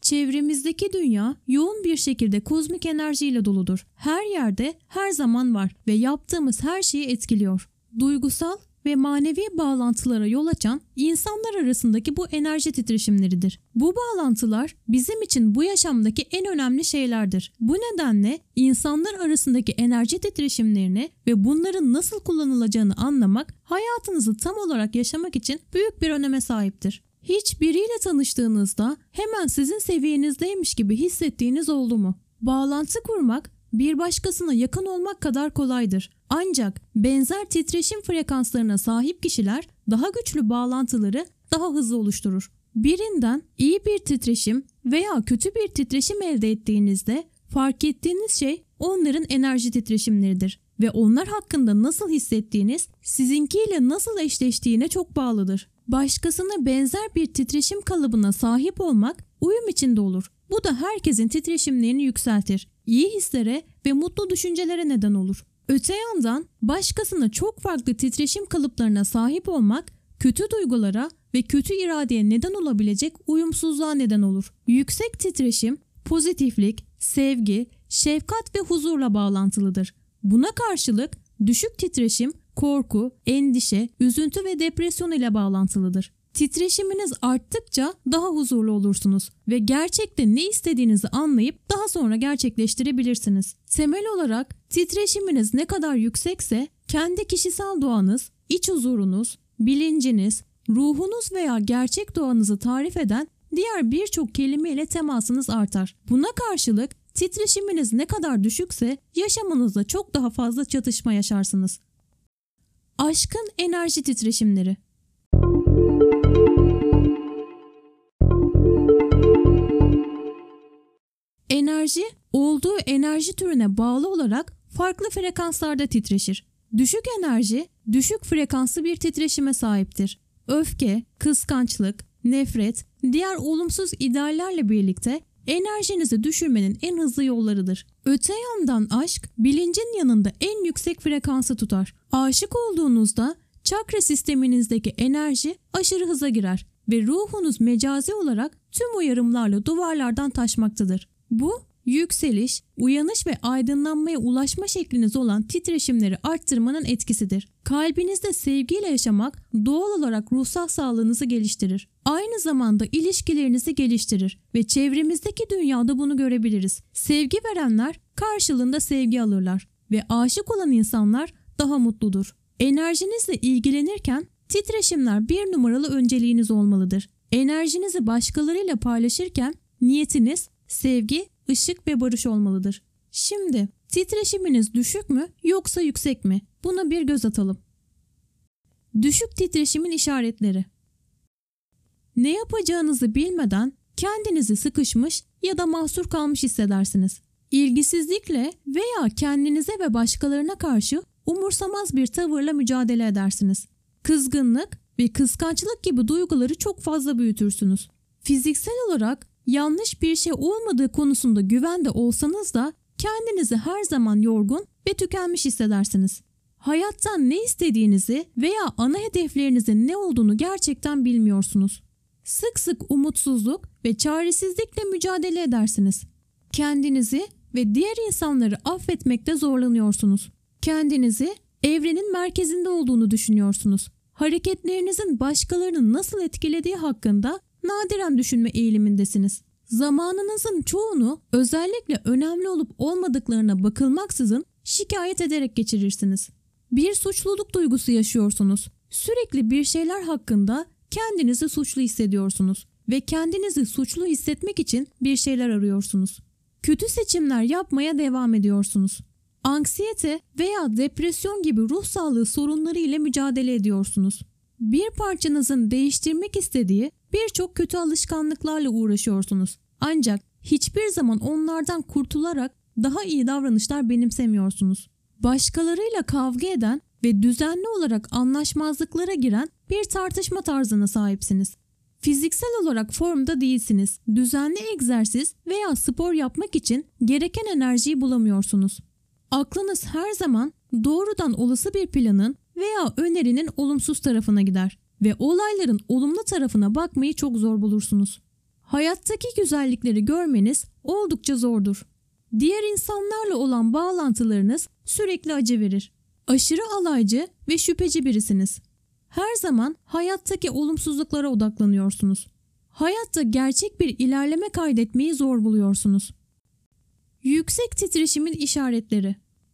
Çevremizdeki dünya yoğun bir şekilde kozmik enerjiyle doludur. Her yerde, her zaman var ve yaptığımız her şeyi etkiliyor. Duygusal ve manevi bağlantılara yol açan insanlar arasındaki bu enerji titreşimleridir. Bu bağlantılar bizim için bu yaşamdaki en önemli şeylerdir. Bu nedenle insanlar arasındaki enerji titreşimlerini ve bunların nasıl kullanılacağını anlamak, hayatınızı tam olarak yaşamak için büyük bir öneme sahiptir. Hiç biriyle tanıştığınızda hemen sizin seviyenizdeymiş gibi hissettiğiniz oldu mu? Bağlantı kurmak bir başkasına yakın olmak kadar kolaydır. Ancak benzer titreşim frekanslarına sahip kişiler daha güçlü bağlantıları daha hızlı oluşturur. Birinden iyi bir titreşim veya kötü bir titreşim elde ettiğinizde fark ettiğiniz şey onların enerji titreşimleridir ve onlar hakkında nasıl hissettiğiniz sizinkiyle nasıl eşleştiğine çok bağlıdır. Başkasına benzer bir titreşim kalıbına sahip olmak uyum içinde olur. Bu da herkesin titreşimlerini yükseltir, iyi hislere ve mutlu düşüncelere neden olur. Öte yandan başkasına çok farklı titreşim kalıplarına sahip olmak kötü duygulara ve kötü iradeye neden olabilecek uyumsuzluğa neden olur. Yüksek titreşim, pozitiflik, sevgi, şefkat ve huzurla bağlantılıdır. Buna karşılık düşük titreşim, korku, endişe, üzüntü ve depresyon ile bağlantılıdır. Titreşiminiz arttıkça daha huzurlu olursunuz ve gerçekte ne istediğinizi anlayıp daha sonra gerçekleştirebilirsiniz. Temel olarak titreşiminiz ne kadar yüksekse kendi kişisel doğanız, iç huzurunuz, bilinciniz, ruhunuz veya gerçek doğanızı tarif eden diğer birçok kelime ile temasınız artar. Buna karşılık titreşiminiz ne kadar düşükse yaşamınızda çok daha fazla çatışma yaşarsınız. Aşkın enerji titreşimleri. Enerji, olduğu enerji türüne bağlı olarak farklı frekanslarda titreşir. Düşük enerji, düşük frekanslı bir titreşime sahiptir. Öfke, kıskançlık, nefret, diğer olumsuz ideallerle birlikte enerjinizi düşürmenin en hızlı yollarıdır. Öte yandan aşk, bilincin yanında en yüksek frekansı tutar. Aşık olduğunuzda çakra sisteminizdeki enerji aşırı hıza girer ve ruhunuz mecazi olarak tüm uyarımlarla duvarlardan taşmaktadır. Bu, yükseliş, uyanış ve aydınlanmaya ulaşma şekliniz olan titreşimleri arttırmanın etkisidir. Kalbinizde sevgiyle yaşamak doğal olarak ruhsal sağlığınızı geliştirir. Aynı zamanda ilişkilerinizi geliştirir ve çevremizdeki dünyada bunu görebiliriz. Sevgi verenler karşılığında sevgi alırlar ve aşık olan insanlar daha mutludur. Enerjinizle ilgilenirken titreşimler bir numaralı önceliğiniz olmalıdır. Enerjinizi başkalarıyla paylaşırken niyetiniz sevgi, ışık ve barış olmalıdır. Şimdi titreşiminiz düşük mü yoksa yüksek mi? Buna bir göz atalım. Düşük titreşimin işaretleri. Ne yapacağınızı bilmeden kendinizi sıkışmış ya da mahsur kalmış hissedersiniz. İlgisizlikle veya kendinize ve başkalarına karşı umursamaz bir tavırla mücadele edersiniz. Kızgınlık ve kıskançlık gibi duyguları çok fazla büyütürsünüz. Fiziksel olarak yanlış bir şey olmadığı konusunda güvende olsanız da kendinizi her zaman yorgun ve tükenmiş hissedersiniz. Hayattan ne istediğinizi veya ana hedeflerinizin ne olduğunu gerçekten bilmiyorsunuz. Sık sık umutsuzluk ve çaresizlikle mücadele edersiniz. Kendinizi ve diğer insanları affetmekte zorlanıyorsunuz. Kendinizi evrenin merkezinde olduğunu düşünüyorsunuz. Hareketlerinizin başkalarını nasıl etkilediği hakkında nadiren düşünme eğilimindesiniz. Zamanınızın çoğunu özellikle önemli olup olmadıklarına bakılmaksızın şikayet ederek geçirirsiniz. Bir suçluluk duygusu yaşıyorsunuz. Sürekli bir şeyler hakkında kendinizi suçlu hissediyorsunuz ve kendinizi suçlu hissetmek için bir şeyler arıyorsunuz. Kötü seçimler yapmaya devam ediyorsunuz. Anksiyete veya depresyon gibi ruh sağlığı sorunları ile mücadele ediyorsunuz. Bir parçanızın değiştirmek istediği birçok kötü alışkanlıklarla uğraşıyorsunuz. Ancak hiçbir zaman onlardan kurtularak daha iyi davranışlar benimsemiyorsunuz. Başkalarıyla kavga eden ve düzenli olarak anlaşmazlıklara giren bir tartışma tarzına sahipsiniz. Fiziksel olarak formda değilsiniz. Düzenli egzersiz veya spor yapmak için gereken enerjiyi bulamıyorsunuz. Aklınız her zaman doğrudan olası bir planın veya önerinin olumsuz tarafına gider ve olayların olumlu tarafına bakmayı çok zor bulursunuz. Hayattaki güzellikleri görmeniz oldukça zordur. Diğer insanlarla olan bağlantılarınız sürekli acı verir. Aşırı alaycı ve şüpheci birisiniz. Her zaman hayattaki olumsuzluklara odaklanıyorsunuz. Hayatta gerçek bir ilerleme kaydetmeyi zor buluyorsunuz. Yüksek titreşimin işaretleri.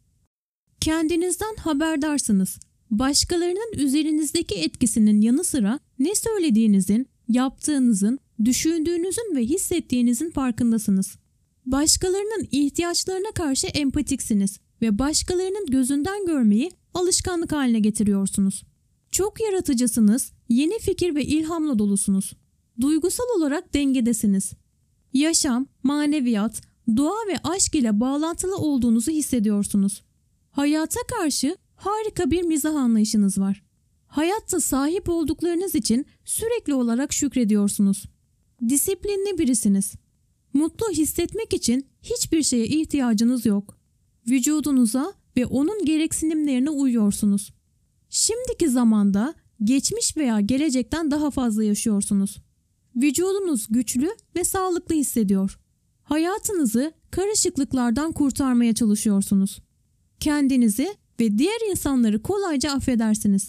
Kendinizden haberdarsınız. Başkalarının üzerinizdeki etkisinin yanı sıra ne söylediğinizin, yaptığınızın, düşündüğünüzün ve hissettiğinizin farkındasınız. Başkalarının ihtiyaçlarına karşı empatiksiniz ve başkalarının gözünden görmeyi alışkanlık haline getiriyorsunuz. Çok yaratıcısınız, yeni fikir ve ilhamla dolusunuz. Duygusal olarak dengedesiniz. Yaşam, maneviyat, doğa ve aşk ile bağlantılı olduğunuzu hissediyorsunuz. Hayata karşı harika bir mizah anlayışınız var. Hayatta sahip olduklarınız için sürekli olarak şükrediyorsunuz. Disiplinli birisiniz. Mutlu hissetmek için hiçbir şeye ihtiyacınız yok. Vücudunuza ve onun gereksinimlerine uyuyorsunuz. Şimdiki zamanda geçmiş veya gelecekten daha fazla yaşıyorsunuz. Vücudunuz güçlü ve sağlıklı hissediyor. Hayatınızı karışıklıklardan kurtarmaya çalışıyorsunuz. Kendinizi ve diğer insanları kolayca affedersiniz.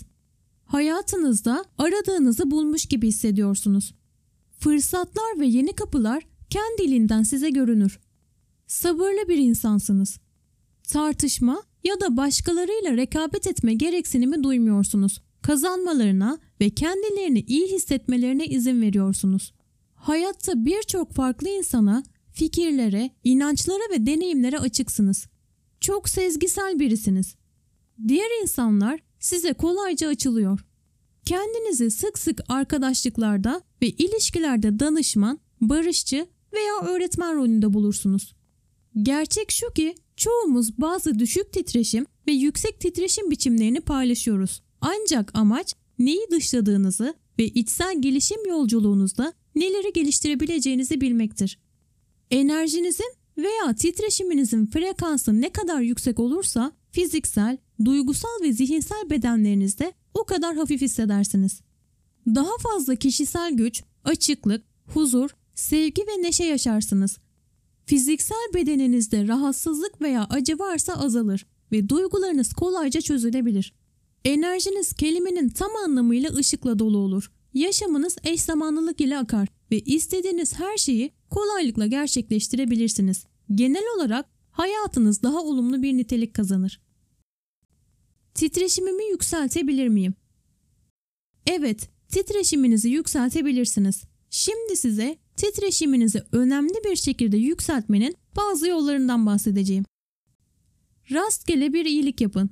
Hayatınızda aradığınızı bulmuş gibi hissediyorsunuz. Fırsatlar ve yeni kapılar kendiliğinden size görünür. Sabırlı bir insansınız. Tartışma ya da başkalarıyla rekabet etme gereksinimi duymuyorsunuz. Kazanmalarına ve kendilerini iyi hissetmelerine izin veriyorsunuz. Hayatta birçok farklı insana, fikirlere, inançlara ve deneyimlere açıksınız. Çok sezgisel birisiniz. Diğer insanlar size kolayca açılıyor. Kendinizi sık sık arkadaşlıklarda ve ilişkilerde danışman, barışçı veya öğretmen rolünde bulursunuz. Gerçek şu ki çoğumuz bazı düşük titreşim ve yüksek titreşim biçimlerini paylaşıyoruz. Ancak amaç neyi dışladığınızı ve içsel gelişim yolculuğunuzda neleri geliştirebileceğinizi bilmektir. Enerjinizin veya titreşiminizin frekansı ne kadar yüksek olursa fiziksel, duygusal ve zihinsel bedenlerinizde o kadar hafif hissedersiniz. Daha fazla kişisel güç, açıklık, huzur, sevgi ve neşe yaşarsınız. Fiziksel bedeninizde rahatsızlık veya acı varsa azalır ve duygularınız kolayca çözülebilir. Enerjiniz kelimenin tam anlamıyla ışıkla dolu olur. Yaşamınız eş zamanlılık ile akar ve istediğiniz her şeyi kolaylıkla gerçekleştirebilirsiniz. Genel olarak hayatınız daha olumlu bir nitelik kazanır. Titreşimimi yükseltebilir miyim? Evet, titreşiminizi yükseltebilirsiniz. Şimdi size titreşiminizi önemli bir şekilde yükseltmenin bazı yollarından bahsedeceğim. Rastgele bir iyilik yapın.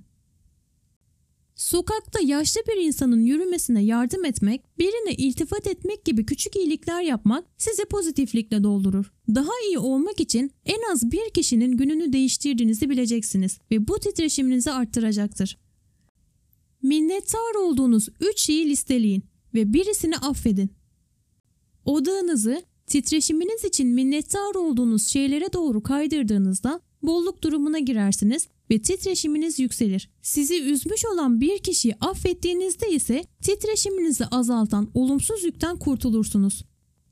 Sokakta yaşlı bir insanın yürümesine yardım etmek, birine iltifat etmek gibi küçük iyilikler yapmak sizi pozitiflikle doldurur. Daha iyi olmak için en az bir kişinin gününü değiştirdiğinizi bileceksiniz ve bu titreşiminizi arttıracaktır. Minnettar olduğunuz 3 şeyi listeleyin ve birisini affedin. Odağınızı titreşiminiz için minnettar olduğunuz şeylere doğru kaydırdığınızda bolluk durumuna girersiniz ve titreşiminiz yükselir. Sizi üzmüş olan bir kişiyi affettiğinizde ise titreşiminizi azaltan olumsuz yükten kurtulursunuz.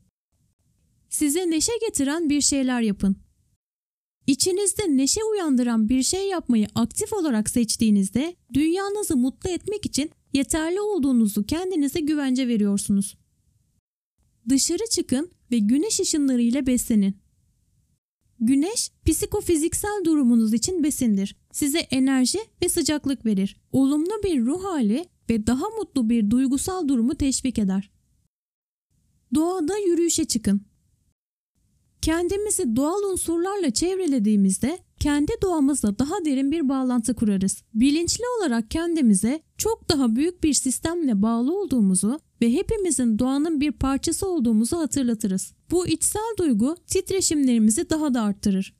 Size neşe getiren bir şeyler yapın. İçinizde neşe uyandıran bir şey yapmayı aktif olarak seçtiğinizde dünyanızı mutlu etmek için yeterli olduğunuzu kendinize güvence veriyorsunuz. Dışarı çıkın ve güneş ışınlarıyla beslenin. Güneş, psikofiziksel durumunuz için besindir. Size enerji ve sıcaklık verir. Olumlu bir ruh hali ve daha mutlu bir duygusal durumu teşvik eder. Doğada yürüyüşe çıkın. Kendimizi doğal unsurlarla çevrelediğimizde kendi doğamızla daha derin bir bağlantı kurarız. Bilinçli olarak kendimize çok daha büyük bir sistemle bağlı olduğumuzu ve hepimizin doğanın bir parçası olduğumuzu hatırlatırız. Bu içsel duygu titreşimlerimizi daha da arttırır.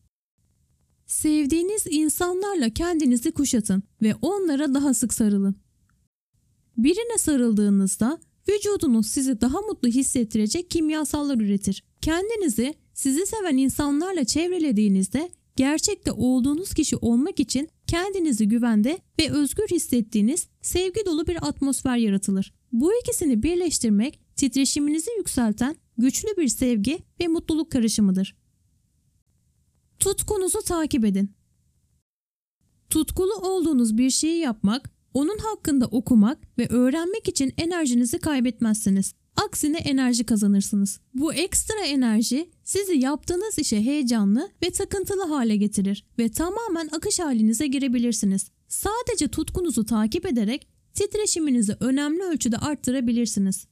Sevdiğiniz insanlarla kendinizi kuşatın ve onlara daha sık sarılın. Birine sarıldığınızda vücudunuz sizi daha mutlu hissettirecek kimyasallar üretir. Kendinizi sizi seven insanlarla çevrelediğinizde gerçekte olduğunuz kişi olmak için kendinizi güvende ve özgür hissettiğiniz sevgi dolu bir atmosfer yaratılır. Bu ikisini birleştirmek titreşiminizi yükselten güçlü bir sevgi ve mutluluk karışımıdır. Tutkunuzu takip edin. Tutkulu olduğunuz bir şeyi yapmak, onun hakkında okumak ve öğrenmek için enerjinizi kaybetmezsiniz. Aksine enerji kazanırsınız. Bu ekstra enerji sizi yaptığınız işe heyecanlı ve takıntılı hale getirir ve tamamen akış halinize girebilirsiniz. Sadece tutkunuzu takip ederek titreşiminizi önemli ölçüde arttırabilirsiniz.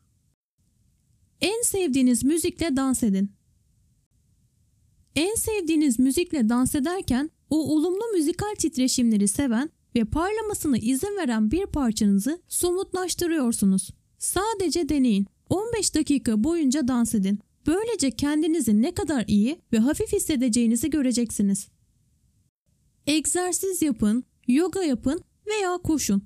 En sevdiğiniz müzikle dans edin. En sevdiğiniz müzikle dans ederken o olumlu müzikal titreşimleri seven ve parlamasına izin veren bir parçanızı somutlaştırıyorsunuz. Sadece deneyin. 15 dakika boyunca dans edin. Böylece kendinizi ne kadar iyi ve hafif hissedeceğinizi göreceksiniz. Egzersiz yapın, yoga yapın veya koşun.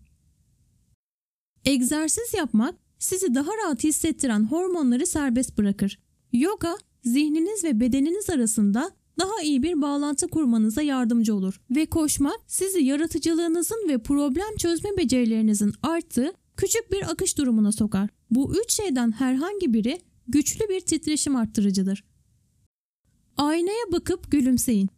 Egzersiz yapmak sizi daha rahat hissettiren hormonları serbest bırakır. Yoga, zihniniz ve bedeniniz arasında daha iyi bir bağlantı kurmanıza yardımcı olur ve koşmak sizi yaratıcılığınızın ve problem çözme becerilerinizin arttığı küçük bir akış durumuna sokar. Bu üç şeyden herhangi biri güçlü bir titreşim arttırıcıdır. Aynaya bakıp gülümseyin.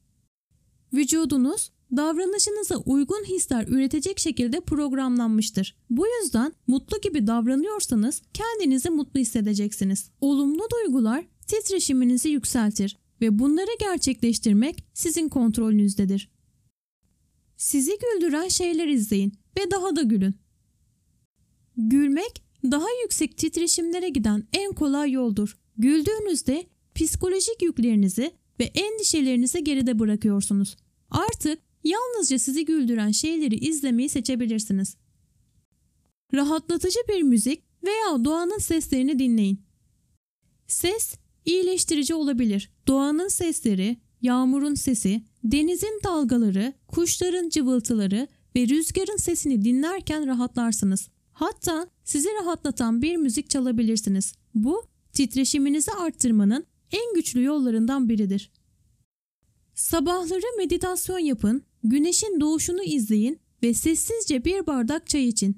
Vücudunuz davranışınıza uygun hisler üretecek şekilde programlanmıştır. Bu yüzden mutlu gibi davranıyorsanız kendinizi mutlu hissedeceksiniz. Olumlu duygular titreşiminizi yükseltir ve bunları gerçekleştirmek sizin kontrolünüzdedir. Sizi güldüren şeyler izleyin ve daha da gülün. Gülmek daha yüksek titreşimlere giden en kolay yoldur. Güldüğünüzde psikolojik yüklerinizi ve endişelerinizi geride bırakıyorsunuz. Artık yalnızca sizi güldüren şeyleri izlemeyi seçebilirsiniz. Rahatlatıcı bir müzik veya doğanın seslerini dinleyin. Ses iyileştirici olabilir. Doğanın sesleri, yağmurun sesi, denizin dalgaları, kuşların cıvıltıları ve rüzgarın sesini dinlerken rahatlarsınız. Hatta sizi rahatlatan bir müzik çalabilirsiniz. Bu, titreşiminizi arttırmanın en güçlü yollarından biridir. Sabahları meditasyon yapın, güneşin doğuşunu izleyin ve sessizce bir bardak çay için.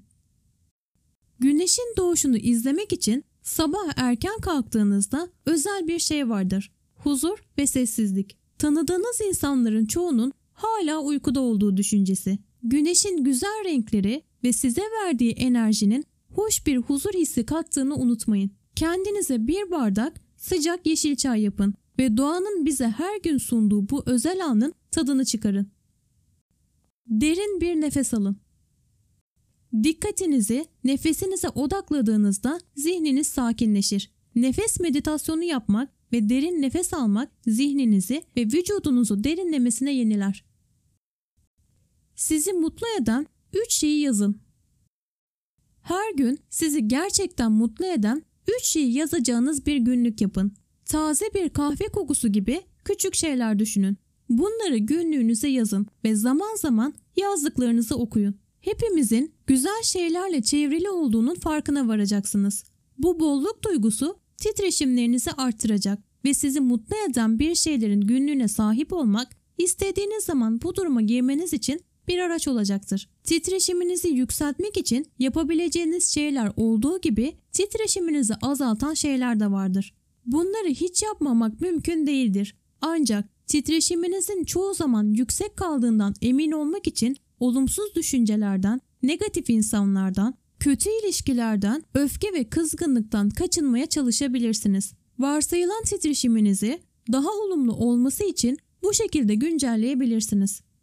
Güneşin doğuşunu izlemek için sabah erken kalktığınızda özel bir şey vardır. Huzur ve sessizlik. Tanıdığınız insanların çoğunun hala uykuda olduğu düşüncesi. Güneşin güzel renkleri ve size verdiği enerjinin hoş bir huzur hissi kattığını unutmayın. Kendinize bir bardak sıcak yeşil çay yapın ve doğanın bize her gün sunduğu bu özel anın tadını çıkarın. Derin bir nefes alın. Dikkatinizi nefesinize odakladığınızda zihniniz sakinleşir. Nefes meditasyonu yapmak ve derin nefes almak zihninizi ve vücudunuzu derinlemesine yeniler. Sizi mutlu eden 3 şeyi yazın. Her gün sizi gerçekten mutlu eden 3 şeyi yazacağınız bir günlük yapın. Taze bir kahve kokusu gibi küçük şeyler düşünün. Bunları günlüğünüze yazın ve zaman zaman yazdıklarınızı okuyun. Hepimizin güzel şeylerle çevrili olduğunun farkına varacaksınız. Bu bolluk duygusu titreşimlerinizi arttıracak ve sizi mutlu eden bir şeylerin günlüğüne sahip olmak, istediğiniz zaman bu duruma girmeniz için bir araç olacaktır. Titreşiminizi yükseltmek için yapabileceğiniz şeyler olduğu gibi titreşiminizi azaltan şeyler de vardır. Bunları hiç yapmamak mümkün değildir. Ancak titreşiminizin çoğu zaman yüksek kaldığından emin olmak için olumsuz düşüncelerden, negatif insanlardan, kötü ilişkilerden, öfke ve kızgınlıktan kaçınmaya çalışabilirsiniz. Varsayılan titreşiminizi daha olumlu olması için bu şekilde güncelleyebilirsiniz.